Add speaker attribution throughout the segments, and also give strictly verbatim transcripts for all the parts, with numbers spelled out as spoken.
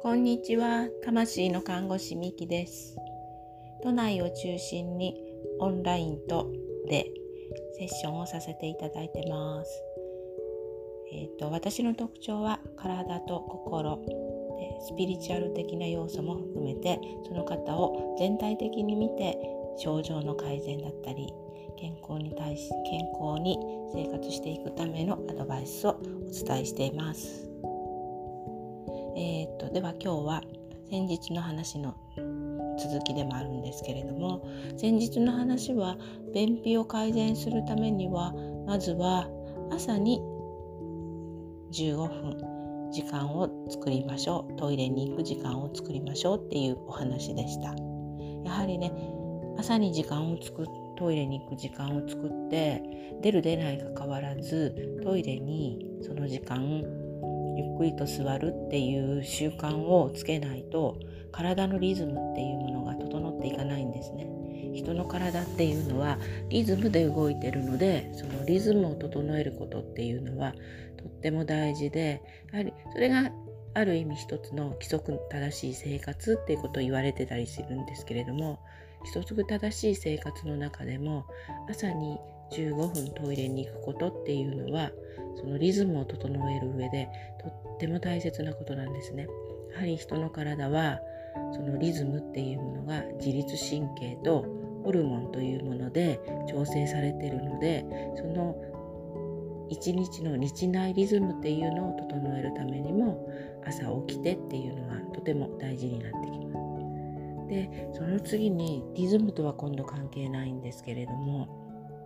Speaker 1: こんにちは。魂の看護師みきです。都内を中心にオンラインとでセッションをさせていただいてます。えーと、私の特徴は体と心でスピリチュアル的な要素も含めて、その方を全体的に見て症状の改善だったり健康に対し健康に生活していくためのアドバイスをお伝えしています。えー、とでは今日は先日の話の続きでもあるんですけれども、先日の話は便秘を改善するためにはまずは朝にじゅうごふん時間を作りましょう、トイレに行く時間を作りましょうっていうお話でした。やはりね、朝に時間を作っトイレに行く時間を作って出る出ないが変わらず、トイレにその時間ゆっくりと座るっていう習慣をつけないと、体のリズムっていうものが整っていかないんですね。人の体っていうのはリズムで動いてるので、そのリズムを整えることっていうのはとっても大事で、やはりそれがある意味一つの規則正しい生活っていうことを言われてたりするんですけれども、規則正しい生活の中でも朝にじゅうごふんトイレに行くことっていうのは、そのリズムを整える上でとっても大切なことなんですね。やはり人の体はそのリズムっていうものが自律神経とホルモンというもので調整されているので、その一日の日内リズムっていうのを整えるためにも朝起きてっていうのはとても大事になってきます。で、その次にリズムとは今度関係ないんですけれども、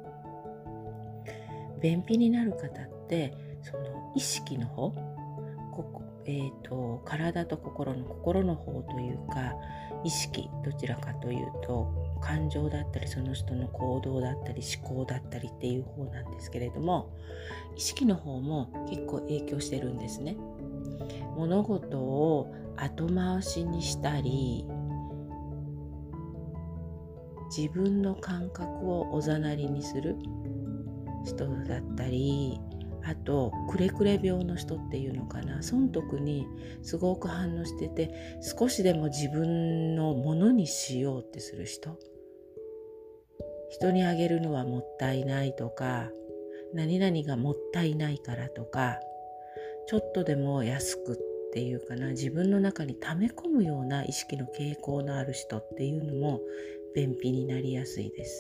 Speaker 1: 便秘になる方ってその意識の方、ここ、えーと、体と心の心の方というか、意識どちらかというと感情だったりその人の行動だったり思考だったりっていう方なんですけれども、意識の方も結構影響してるんですね。物事を後回しにしたり、自分の感覚をおざなりにする人だったり、あとくれくれ病の人っていうのかな、損得にすごく反応してて、少しでも自分のものにしようってする人、人にあげるのはもったいないとか、何々がもったいないからとか、ちょっとでも安くっていうかな、自分の中に溜め込むような意識の傾向のある人っていうのも便秘になりやすいです。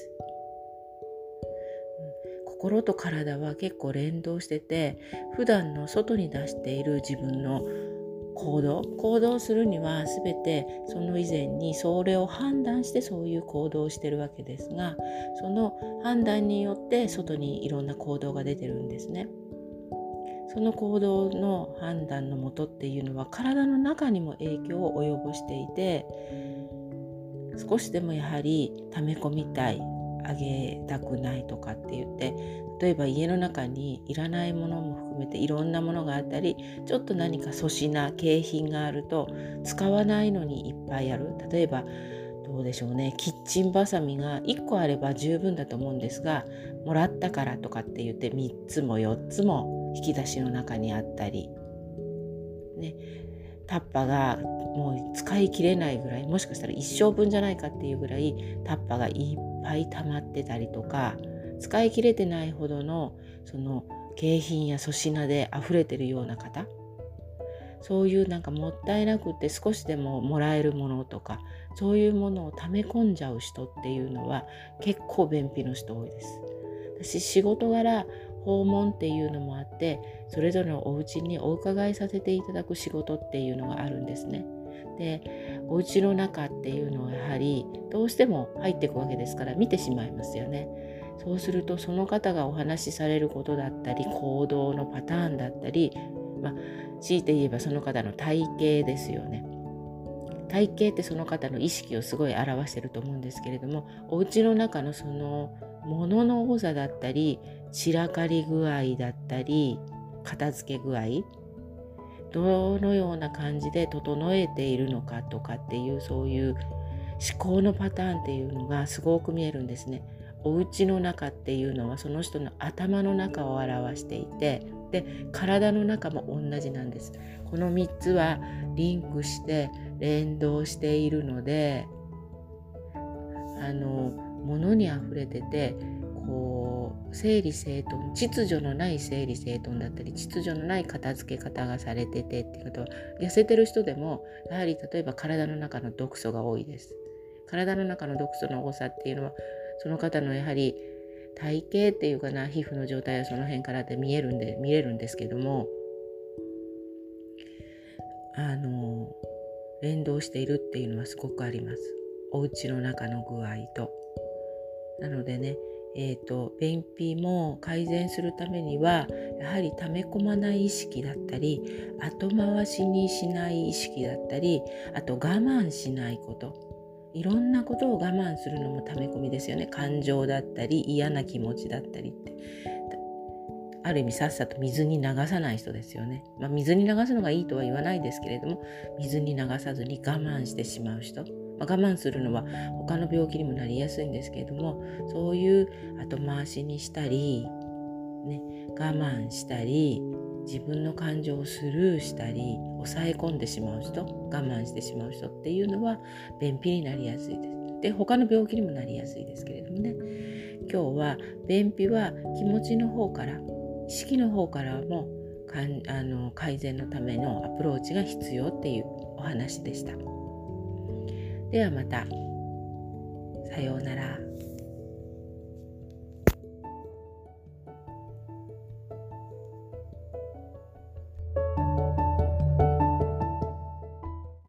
Speaker 1: 心と体は結構連動してて、普段の外に出している自分の行動行動するには全てその以前にそれを判断してそういう行動をしてるわけですが、その判断によって外にいろんな行動が出てるんですね。その行動の判断のもとっていうのは体の中にも影響を及ぼしていて、少しでもやはり溜め込みたい、あげたくないとかって言って、例えば家の中にいらないものも含めていろんなものがあったり、ちょっと何か粗品景品があると使わないのにいっぱいある。例えばどうでしょうね、キッチンバサミがいっこあれば十分だと思うんですが、もらったからとかって言ってみっつもよっつも引き出しの中にあったりね、タッパがもう使い切れないぐらい、もしかしたら一生分じゃないかっていうぐらいタッパがいっぱい溜まってたりとか、使い切れてないほどのその景品や粗品で溢れてるような方、そういうなんかもったいなくって少しでももらえるものとか、そういうものを溜め込んじゃう人っていうのは結構便秘の人多いです。私仕事柄訪問っていうのもあって、それぞれのお家にお伺いさせていただく仕事っていうのがあるんですね。で、お家の中っていうのはやはりどうしても入っていくわけですから見てしまいますよね。そうするとその方がお話しされることだったり行動のパターンだったり、まあ、強いて言えばその方の体型ですよね。体型ってその方の意識をすごい表してると思うんですけれども、お家の中のその物の多さだったり散らかり具合だったり片付け具合、どのような感じで整えているのかとかっていう、そういう思考のパターンっていうのがすごく見えるんですね。 お家の中っていうのはその人の頭の中を表していて、で体の中も同じなんです。このみっつはリンクして連動しているので、あの物にあふれてて、こう整理整頓、秩序のない整理整頓だったり、秩序のない片付け方がされててっていうことは、痩せてる人でもやはり例えば体の中の毒素が多いです。体の中の毒素の多さっていうのは、その方のやはり体型っていうかな、皮膚の状態はその辺からで見えるんで見れるんですけども、あの連動しているっていうのはすごくあります。お家の中の具合と。なのでね、えーと、便秘も改善するためには、やはり溜め込まない意識だったり、後回しにしない意識だったり、あと我慢しないこと。いろんなことを我慢するのも溜め込みですよね。感情だったり、嫌な気持ちだったりって。ある意味さっさと水に流さない人ですよね。まあ、水に流すのがいいとは言わないですけれども、水に流さずに我慢してしまう人。まあ、我慢するのは他の病気にもなりやすいんですけれども、そういう後回しにしたり、ね、我慢したり、自分の感情をスルーしたり、抑え込んでしまう人、我慢してしまう人っていうのは便秘になりやすいです。で、他の病気にもなりやすいですけれどもね。今日は便秘は気持ちの方から、意識の方からもかんあの改善のためのアプローチが必要っていうお話でした。ではまた。さようなら。